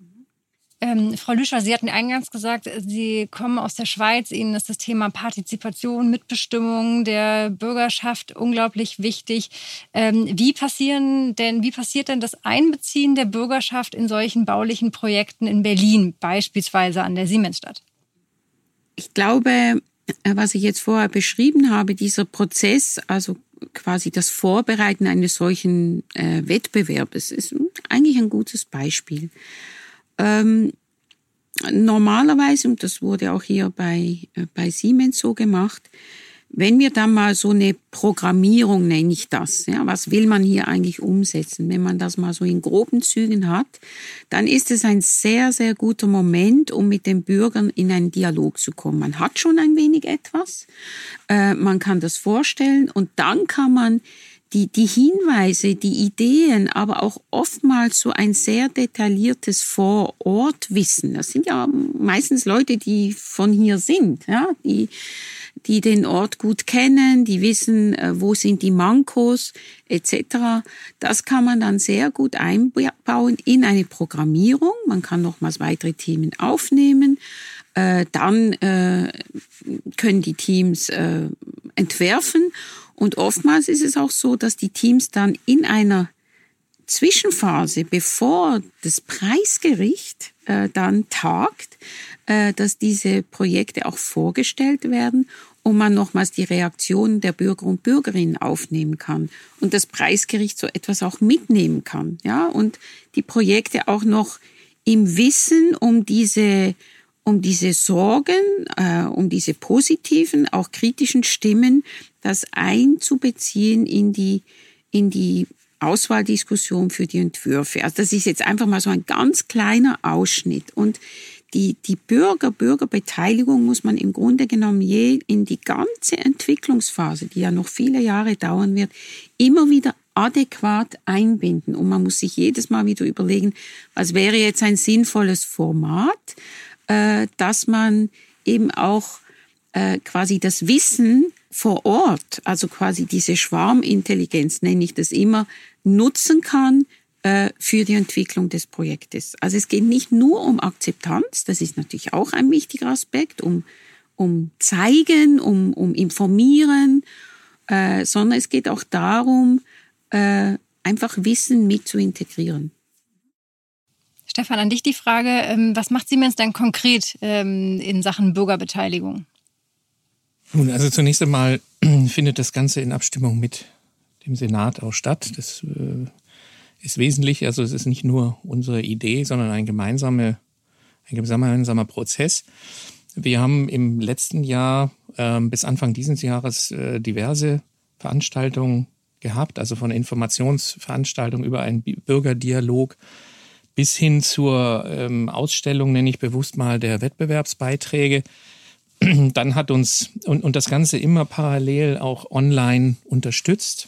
Frau Lüscher, Sie hatten eingangs gesagt, Sie kommen aus der Schweiz. Ihnen ist das Thema Partizipation, Mitbestimmung der Bürgerschaft unglaublich wichtig. Wie passiert denn das Einbeziehen der Bürgerschaft in solchen baulichen Projekten in Berlin, beispielsweise an der Siemensstadt? Ich glaube, was ich jetzt vorher beschrieben habe, dieser Prozess, also quasi das Vorbereiten eines solchen Wettbewerbs, ist eigentlich ein gutes Beispiel. Normalerweise, und das wurde auch hier bei Siemens so gemacht, wenn wir dann mal so eine Programmierung, nenne ich das, ja, was will man hier eigentlich umsetzen, wenn man das mal so in groben Zügen hat, dann ist es ein sehr, sehr guter Moment, um mit den Bürgern in einen Dialog zu kommen. Man hat schon ein wenig etwas, man kann das vorstellen und dann kann man die Hinweise, die Ideen, aber auch oftmals so ein sehr detailliertes Vor-Ort-Wissen. Das sind ja meistens Leute, die von hier sind, ja, die den Ort gut kennen, die wissen, wo sind die Mankos etc. Das kann man dann sehr gut einbauen in eine Programmierung. Man kann nochmals weitere Themen aufnehmen. Dann können die Teams entwerfen. Und oftmals ist es auch so, dass die Teams dann in einer Zwischenphase, bevor das Preisgericht dann tagt, dass diese Projekte auch vorgestellt werden und man nochmals die Reaktionen der Bürger und Bürgerinnen aufnehmen kann und das Preisgericht so etwas auch mitnehmen kann, ja, und die Projekte auch noch im Wissen um diese Sorgen, um diese positiven, auch kritischen Stimmen, das einzubeziehen in die Auswahldiskussion für die Entwürfe. Also das ist jetzt einfach mal so ein ganz kleiner Ausschnitt. Und die Bürgerbeteiligung muss man im Grunde genommen in die ganze Entwicklungsphase, die ja noch viele Jahre dauern wird, immer wieder adäquat einbinden. Und man muss sich jedes Mal wieder überlegen, was wäre jetzt ein sinnvolles Format, dass man eben auch quasi das Wissen vor Ort, also quasi diese Schwarmintelligenz, nenne ich das immer, nutzen kann für die Entwicklung des Projektes. Also es geht nicht nur um Akzeptanz, das ist natürlich auch ein wichtiger Aspekt, um Zeigen, um Informieren, sondern es geht auch darum, einfach Wissen mit zu integrieren. Stefan, an dich die Frage, was macht Siemens denn konkret in Sachen Bürgerbeteiligung? Nun, also zunächst einmal findet das Ganze in Abstimmung mit dem Senat auch statt. Das ist wesentlich, also es ist nicht nur unsere Idee, sondern ein gemeinsamer Prozess. Wir haben im letzten Jahr bis Anfang dieses Jahres diverse Veranstaltungen gehabt, also von Informationsveranstaltungen über einen Bürgerdialog bis hin zur Ausstellung, nenne ich bewusst mal, der Wettbewerbsbeiträge. Dann hat uns, und das Ganze immer parallel auch online unterstützt.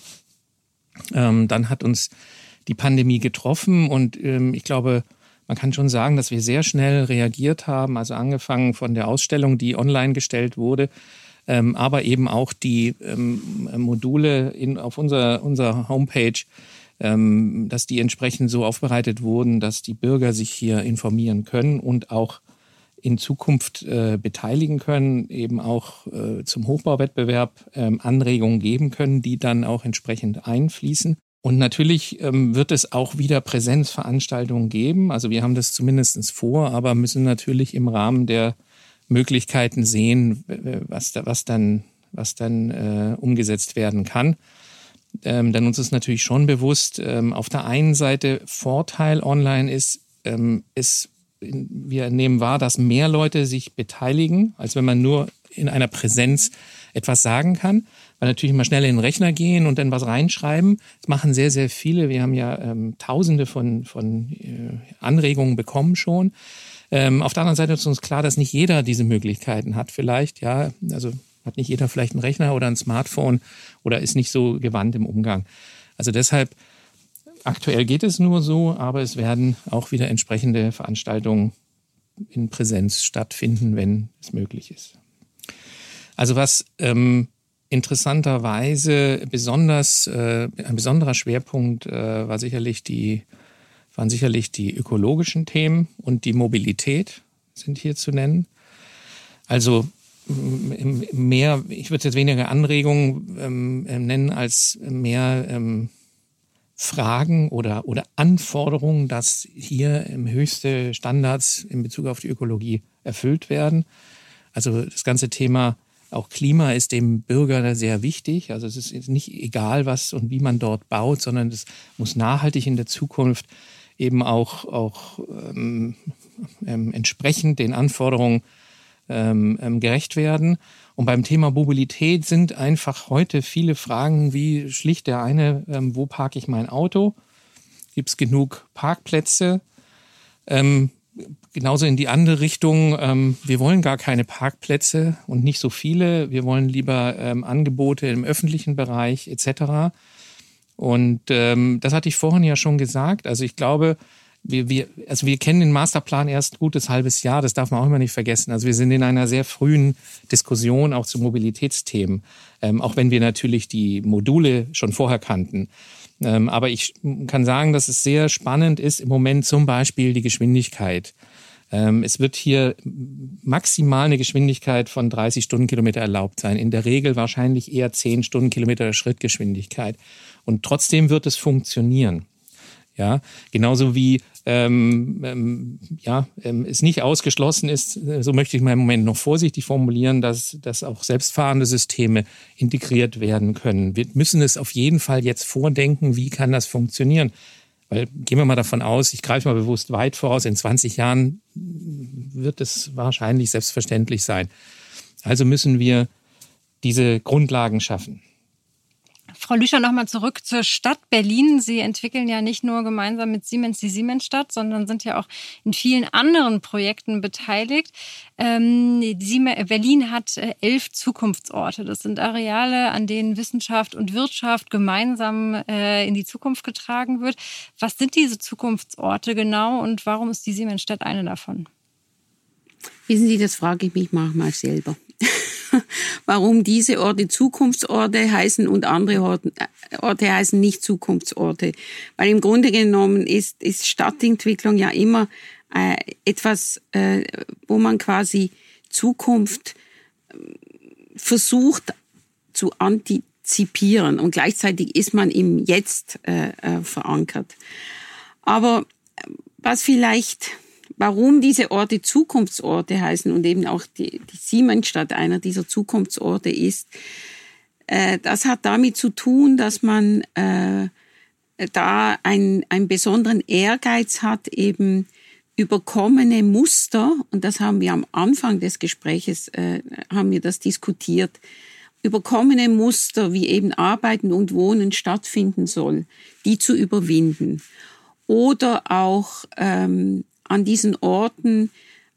Dann hat uns die Pandemie getroffen und ich glaube, man kann schon sagen, dass wir sehr schnell reagiert haben, also angefangen von der Ausstellung, die online gestellt wurde, aber eben auch die Module auf unserer Homepage, dass die entsprechend so aufbereitet wurden, dass die Bürger sich hier informieren können und auch in Zukunft beteiligen können, eben auch zum Hochbauwettbewerb Anregungen geben können, die dann auch entsprechend einfließen. Und natürlich wird es auch wieder Präsenzveranstaltungen geben. Also wir haben das zumindest vor, aber müssen natürlich im Rahmen der Möglichkeiten sehen, was dann umgesetzt werden kann. Denn uns ist natürlich schon bewusst, auf der einen Seite Vorteil online ist, wir nehmen wahr, dass mehr Leute sich beteiligen, als wenn man nur in einer Präsenz etwas sagen kann, weil natürlich mal schnell in den Rechner gehen und dann was reinschreiben. Das machen sehr, sehr viele. Wir haben ja Tausende von Anregungen bekommen schon. Auf der anderen Seite ist uns klar, dass nicht jeder diese Möglichkeiten hat vielleicht, ja, also hat nicht jeder vielleicht einen Rechner oder ein Smartphone oder ist nicht so gewandt im Umgang. Also deshalb, aktuell geht es nur so, aber es werden auch wieder entsprechende Veranstaltungen in Präsenz stattfinden, wenn es möglich ist. Also was interessanterweise ein besonderer Schwerpunkt waren sicherlich die ökologischen Themen und die Mobilität sind hier zu nennen. Also mehr, ich würde jetzt weniger Anregungen nennen als mehr Fragen oder Anforderungen, dass hier höchste Standards in Bezug auf die Ökologie erfüllt werden. Also das ganze Thema auch Klima ist dem Bürger sehr wichtig. Also es ist nicht egal, was und wie man dort baut, sondern es muss nachhaltig in der Zukunft eben auch entsprechend den Anforderungen gerecht werden. Und beim Thema Mobilität sind einfach heute viele Fragen wie schlicht der eine, wo parke ich mein Auto? Gibt es genug Parkplätze? Genauso in die andere Richtung, wir wollen gar keine Parkplätze und nicht so viele. Wir wollen lieber Angebote im öffentlichen Bereich etc. Und das hatte ich vorhin ja schon gesagt. Also ich glaube, wir kennen den Masterplan erst ein gutes halbes Jahr, das darf man auch immer nicht vergessen. Also wir sind in einer sehr frühen Diskussion auch zu Mobilitätsthemen, auch wenn wir natürlich die Module schon vorher kannten. Aber ich kann sagen, dass es sehr spannend ist im Moment zum Beispiel die Geschwindigkeit. Es wird hier maximal eine Geschwindigkeit von 30 Stundenkilometer erlaubt sein. In der Regel wahrscheinlich eher 10 Stundenkilometer Schrittgeschwindigkeit. Und trotzdem wird es funktionieren. Ja, genauso wie es nicht ausgeschlossen ist, so möchte ich mal im Moment noch vorsichtig formulieren, dass auch selbstfahrende Systeme integriert werden können. Wir müssen es auf jeden Fall jetzt vordenken, wie kann das funktionieren? Weil gehen wir mal davon aus, ich greife mal bewusst weit voraus, in 20 Jahren wird es wahrscheinlich selbstverständlich sein. Also müssen wir diese Grundlagen schaffen. Frau Lüscher, nochmal zurück zur Stadt Berlin. Sie entwickeln ja nicht nur gemeinsam mit Siemens die Siemensstadt, sondern sind ja auch in vielen anderen Projekten beteiligt. Berlin hat 11 Zukunftsorte. Das sind Areale, an denen Wissenschaft und Wirtschaft gemeinsam in die Zukunft getragen wird. Was sind diese Zukunftsorte genau und warum ist die Siemensstadt eine davon? Wissen Sie, das frage ich mich manchmal selber. Warum diese Orte Zukunftsorte heißen und andere Orte heißen nicht Zukunftsorte. Weil im Grunde genommen ist Stadtentwicklung ja immer etwas, wo man quasi Zukunft versucht zu antizipieren und gleichzeitig ist man im Jetzt verankert. Aber warum diese Orte Zukunftsorte heißen und eben auch die Siemensstadt einer dieser Zukunftsorte ist, das hat damit zu tun, dass man da einen besonderen Ehrgeiz hat, eben überkommene Muster, und das haben wir am Anfang des Gespräches, haben wir das diskutiert, überkommene Muster, wie eben Arbeiten und Wohnen stattfinden soll, die zu überwinden. Oder auch an diesen Orten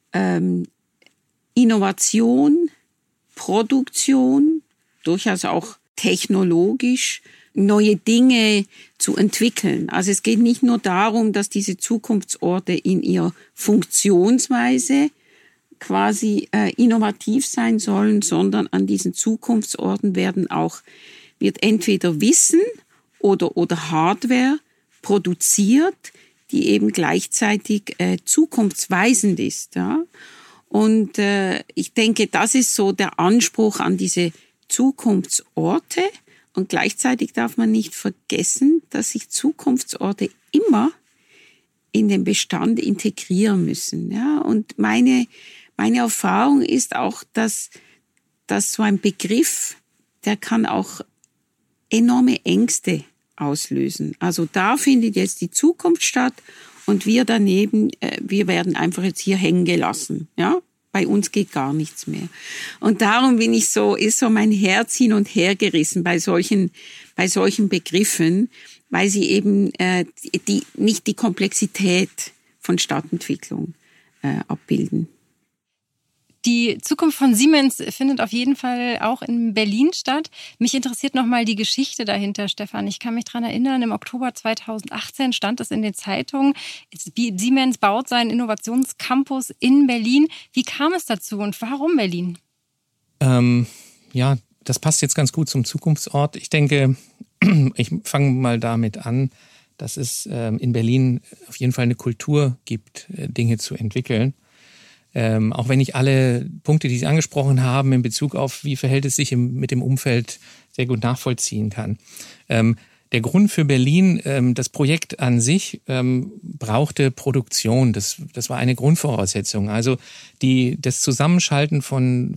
Innovation, Produktion, durchaus auch technologisch, neue Dinge zu entwickeln. Also es geht nicht nur darum, dass diese Zukunftsorte in ihrer Funktionsweise quasi innovativ sein sollen, sondern an diesen Zukunftsorten wird entweder Wissen oder Hardware produziert, die eben gleichzeitig zukunftsweisend ist. Ja? Und ich denke, das ist so der Anspruch an diese Zukunftsorte. Und gleichzeitig darf man nicht vergessen, dass sich Zukunftsorte immer in den Bestand integrieren müssen. Ja? Und meine Erfahrung ist auch, dass so ein Begriff, der kann auch enorme Ängste auslösen. Also da findet jetzt die Zukunft statt und wir daneben, wir werden einfach jetzt hier hängen gelassen. Ja? Bei uns geht gar nichts mehr. Und darum ist so mein Herz hin und her gerissen bei solchen Begriffen, weil sie eben nicht die Komplexität von Stadtentwicklung abbilden. Die Zukunft von Siemens findet auf jeden Fall auch in Berlin statt. Mich interessiert nochmal die Geschichte dahinter, Stefan. Ich kann mich daran erinnern, im Oktober 2018 stand es in den Zeitungen, Siemens baut seinen Innovationscampus in Berlin. Wie kam es dazu und warum Berlin? Ja, das passt jetzt ganz gut zum Zukunftsort. Ich denke, ich fange mal damit an, dass es in Berlin auf jeden Fall eine Kultur gibt, Dinge zu entwickeln. Auch wenn ich alle Punkte, die Sie angesprochen haben, in Bezug auf, wie verhält es sich mit dem Umfeld, sehr gut nachvollziehen kann. Der Grund für Berlin, das Projekt an sich, brauchte Produktion. Das war eine Grundvoraussetzung. Also das Zusammenschalten von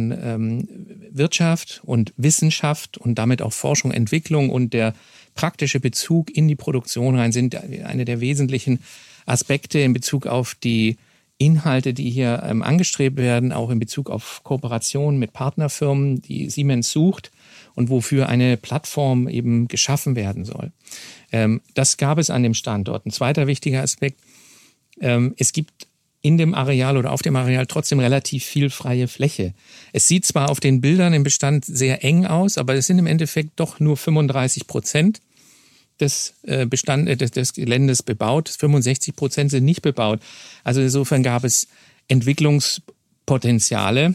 Wirtschaft und Wissenschaft und damit auch Forschung, Entwicklung und der praktische Bezug in die Produktion rein sind eine der wesentlichen Aspekte in Bezug auf die Inhalte, die hier angestrebt werden, auch in Bezug auf Kooperation mit Partnerfirmen, die Siemens sucht und wofür eine Plattform eben geschaffen werden soll. Das gab es an dem Standort. Ein zweiter wichtiger Aspekt, es gibt in dem Areal oder auf dem Areal trotzdem relativ viel freie Fläche. Es sieht zwar auf den Bildern im Bestand sehr eng aus, aber es sind im Endeffekt doch nur 35% des Geländes bebaut. 65% sind nicht bebaut. Also insofern gab es Entwicklungspotenziale,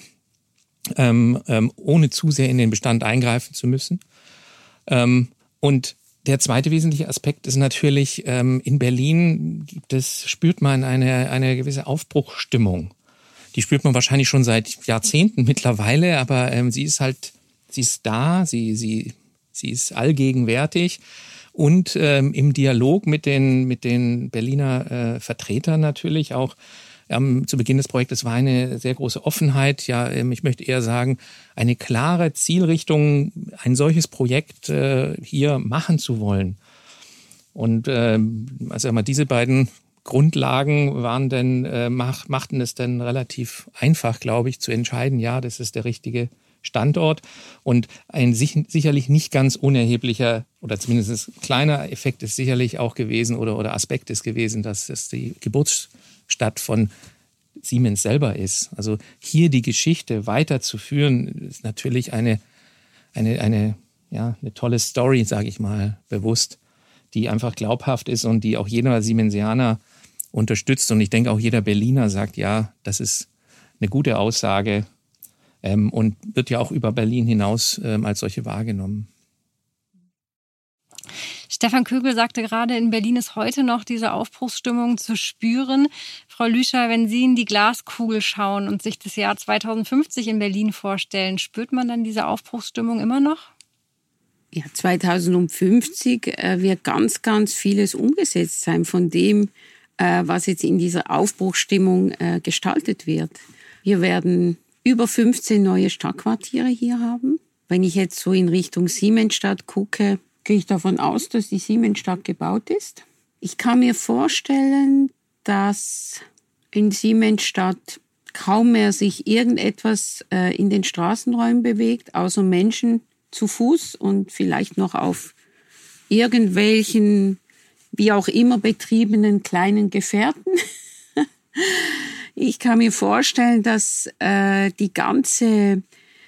ohne zu sehr in den Bestand eingreifen zu müssen. Und der zweite wesentliche Aspekt ist natürlich, in Berlin spürt man eine gewisse Aufbruchsstimmung. Die spürt man wahrscheinlich schon seit Jahrzehnten mittlerweile, aber sie ist da, sie ist allgegenwärtig. Und im Dialog mit den Berliner Vertretern natürlich auch zu Beginn des Projektes war eine sehr große Offenheit. Ja, ich möchte eher sagen, eine klare Zielrichtung, ein solches Projekt hier machen zu wollen. Und diese beiden Grundlagen machten es dann relativ einfach, glaube ich, zu entscheiden, ja, das ist der richtige Standort. Und ein sicherlich nicht ganz unerheblicher oder zumindest kleiner Effekt ist sicherlich auch gewesen oder Aspekt ist gewesen, dass es die Geburtsstadt von Siemens selber ist. Also hier die Geschichte weiterzuführen, ist natürlich eine tolle Story, sage ich mal, bewusst, die einfach glaubhaft ist und die auch jeder Siemensianer unterstützt. Und ich denke auch jeder Berliner sagt, ja, das ist eine gute Aussage und wird ja auch über Berlin hinaus als solche wahrgenommen. Stefan Kögel sagte gerade, in Berlin ist heute noch diese Aufbruchsstimmung zu spüren. Frau Lüscher, wenn Sie in die Glaskugel schauen und sich das Jahr 2050 in Berlin vorstellen, spürt man dann diese Aufbruchsstimmung immer noch? Ja, 2050 wird ganz, ganz vieles umgesetzt sein von dem, was jetzt in dieser Aufbruchsstimmung gestaltet wird. Wir werden über 15 neue Stadtquartiere hier haben. Wenn ich jetzt so in Richtung Siemensstadt gucke, gehe ich davon aus, dass die Siemensstadt gebaut ist. Ich kann mir vorstellen, dass in Siemensstadt kaum mehr sich irgendetwas in den Straßenräumen bewegt, außer Menschen zu Fuß und vielleicht noch auf irgendwelchen, wie auch immer betriebenen kleinen Gefährten. Ich kann mir vorstellen, dass das ganze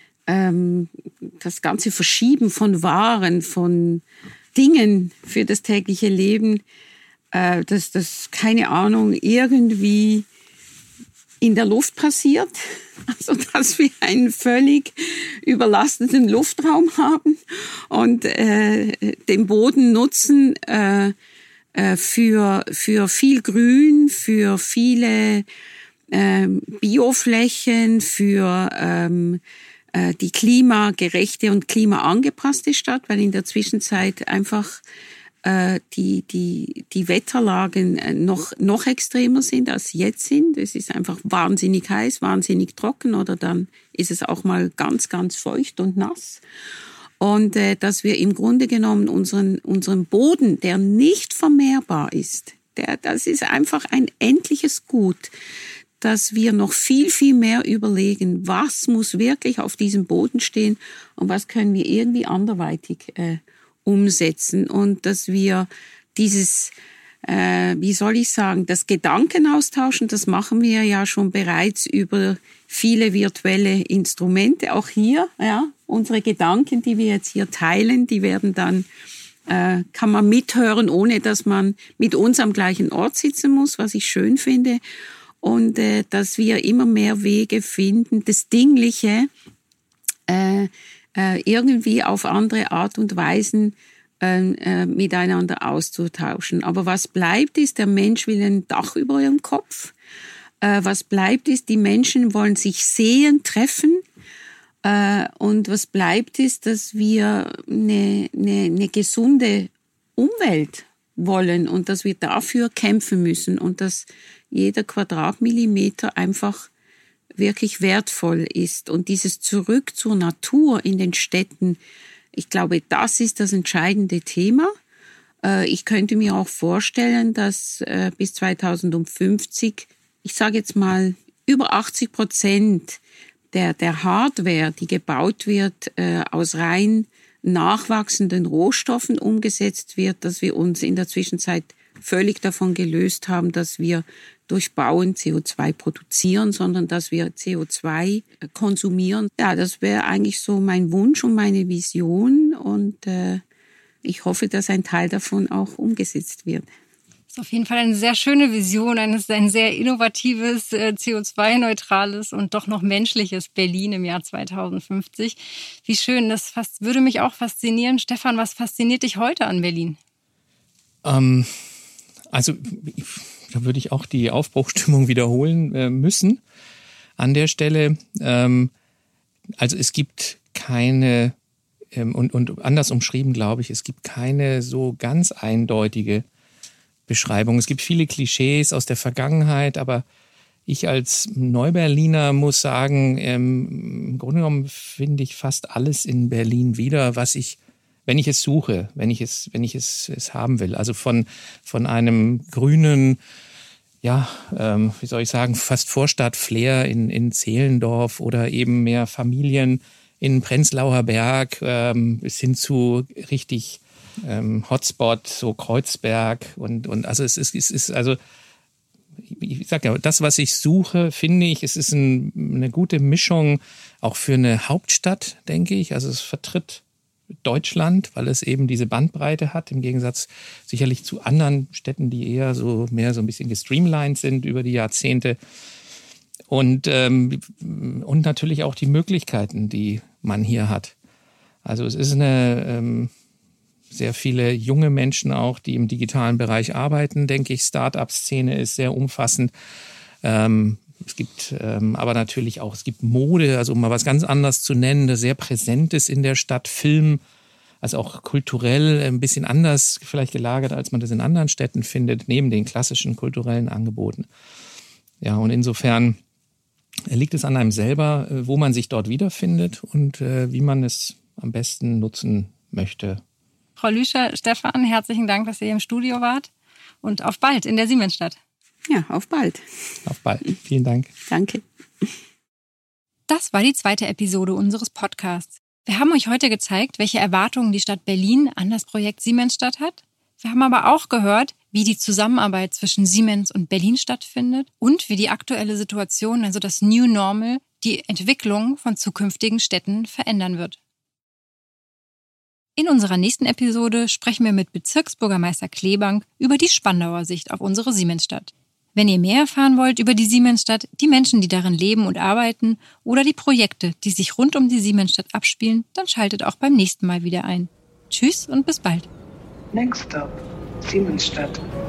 Verschieben von Waren, von Dingen für das tägliche Leben, dass das, keine Ahnung, irgendwie in der Luft passiert. Also, dass wir einen völlig überlasteten Luftraum haben und den Boden nutzen für viel Grün, für viele Bioflächen, für die klimagerechte und klimaangepasste Stadt, weil in der Zwischenzeit einfach die Wetterlagen noch extremer sind, als sie jetzt sind. Es ist einfach wahnsinnig heiß, wahnsinnig trocken oder dann ist es auch mal ganz, ganz feucht und nass. Und dass wir im Grunde genommen unseren Boden, der nicht vermehrbar ist, das ist einfach ein endliches Gut, dass wir noch viel, viel mehr überlegen, was muss wirklich auf diesem Boden stehen und was können wir irgendwie anderweitig umsetzen. Und dass wir dieses, das Gedanken austauschen, das machen wir ja schon bereits über viele virtuelle Instrumente. Auch hier, ja, unsere Gedanken, die wir jetzt hier teilen, die werden dann, kann man mithören, ohne dass man mit uns am gleichen Ort sitzen muss, was ich schön finde. Und dass wir immer mehr Wege finden, das Dingliche irgendwie auf andere Art und Weisen miteinander auszutauschen. Aber was bleibt ist, der Mensch will ein Dach über ihrem Kopf. Was bleibt ist, die Menschen wollen sich sehen, treffen. Und was bleibt ist, dass wir eine gesunde Umwelt wollen und dass wir dafür kämpfen müssen und dass jeder Quadratmillimeter einfach wirklich wertvoll ist. Und dieses Zurück zur Natur in den Städten, ich glaube, das ist das entscheidende Thema. Ich könnte mir auch vorstellen, dass bis 2050, ich sage jetzt mal, über 80% der Hardware, die gebaut wird, aus rein nachwachsenden Rohstoffen umgesetzt wird, dass wir uns in der Zwischenzeit völlig davon gelöst haben, dass wir durch Bauen CO2 produzieren, sondern dass wir CO2 konsumieren. Ja, das wäre eigentlich so mein Wunsch und meine Vision und ich hoffe, dass ein Teil davon auch umgesetzt wird. Das ist auf jeden Fall eine sehr schöne Vision, ein sehr innovatives, CO2-neutrales und doch noch menschliches Berlin im Jahr 2050. Wie schön, das würde mich auch faszinieren. Stefan, was fasziniert dich heute an Berlin? Also da würde ich auch die Aufbruchsstimmung wiederholen müssen an der Stelle. Also es gibt keine, und anders umschrieben, glaube ich, es gibt keine so ganz eindeutige Beschreibung. Es gibt viele Klischees aus der Vergangenheit, aber ich als Neuberliner muss sagen, im Grunde genommen finde ich fast alles in Berlin wieder, was ich, wenn ich es suche, wenn ich es haben will. Also von einem grünen, ja, fast Vorstadt-Flair in Zehlendorf oder eben mehr Familien in Prenzlauer Berg bis hin zu richtig Hotspot, so Kreuzberg und also es ist also, ich sag ja, das, was ich suche, finde ich, es ist eine gute Mischung auch für eine Hauptstadt, denke ich. Also es vertritt Deutschland, weil es eben diese Bandbreite hat, im Gegensatz sicherlich zu anderen Städten, die eher so mehr so ein bisschen gestreamlined sind über die Jahrzehnte. Und natürlich auch die Möglichkeiten, die man hier hat. Also es ist sehr viele junge Menschen auch, die im digitalen Bereich arbeiten, denke ich. Start-up-Szene ist sehr umfassend. Es gibt aber natürlich auch, es gibt Mode, also um mal was ganz anderes zu nennen, das sehr präsent ist in der Stadt, Film, also auch kulturell ein bisschen anders vielleicht gelagert, als man das in anderen Städten findet, neben den klassischen kulturellen Angeboten. Ja, und insofern liegt es an einem selber, wo man sich dort wiederfindet und wie man es am besten nutzen möchte. Frau Lüscher, Stefan, herzlichen Dank, dass ihr hier im Studio wart und auf bald in der Siemensstadt. Ja, auf bald. Auf bald. Vielen Dank. Danke. Das war die 2. Episode unseres Podcasts. Wir haben euch heute gezeigt, welche Erwartungen die Stadt Berlin an das Projekt Siemensstadt hat. Wir haben aber auch gehört, wie die Zusammenarbeit zwischen Siemens und Berlin stattfindet und wie die aktuelle Situation, also das New Normal, die Entwicklung von zukünftigen Städten verändern wird. In unserer nächsten Episode sprechen wir mit Bezirksbürgermeister Klebank über die Spandauer Sicht auf unsere Siemensstadt. Wenn ihr mehr erfahren wollt über die Siemensstadt, die Menschen, die darin leben und arbeiten oder die Projekte, die sich rund um die Siemensstadt abspielen, dann schaltet auch beim nächsten Mal wieder ein. Tschüss und bis bald. Next Stop, Siemensstadt.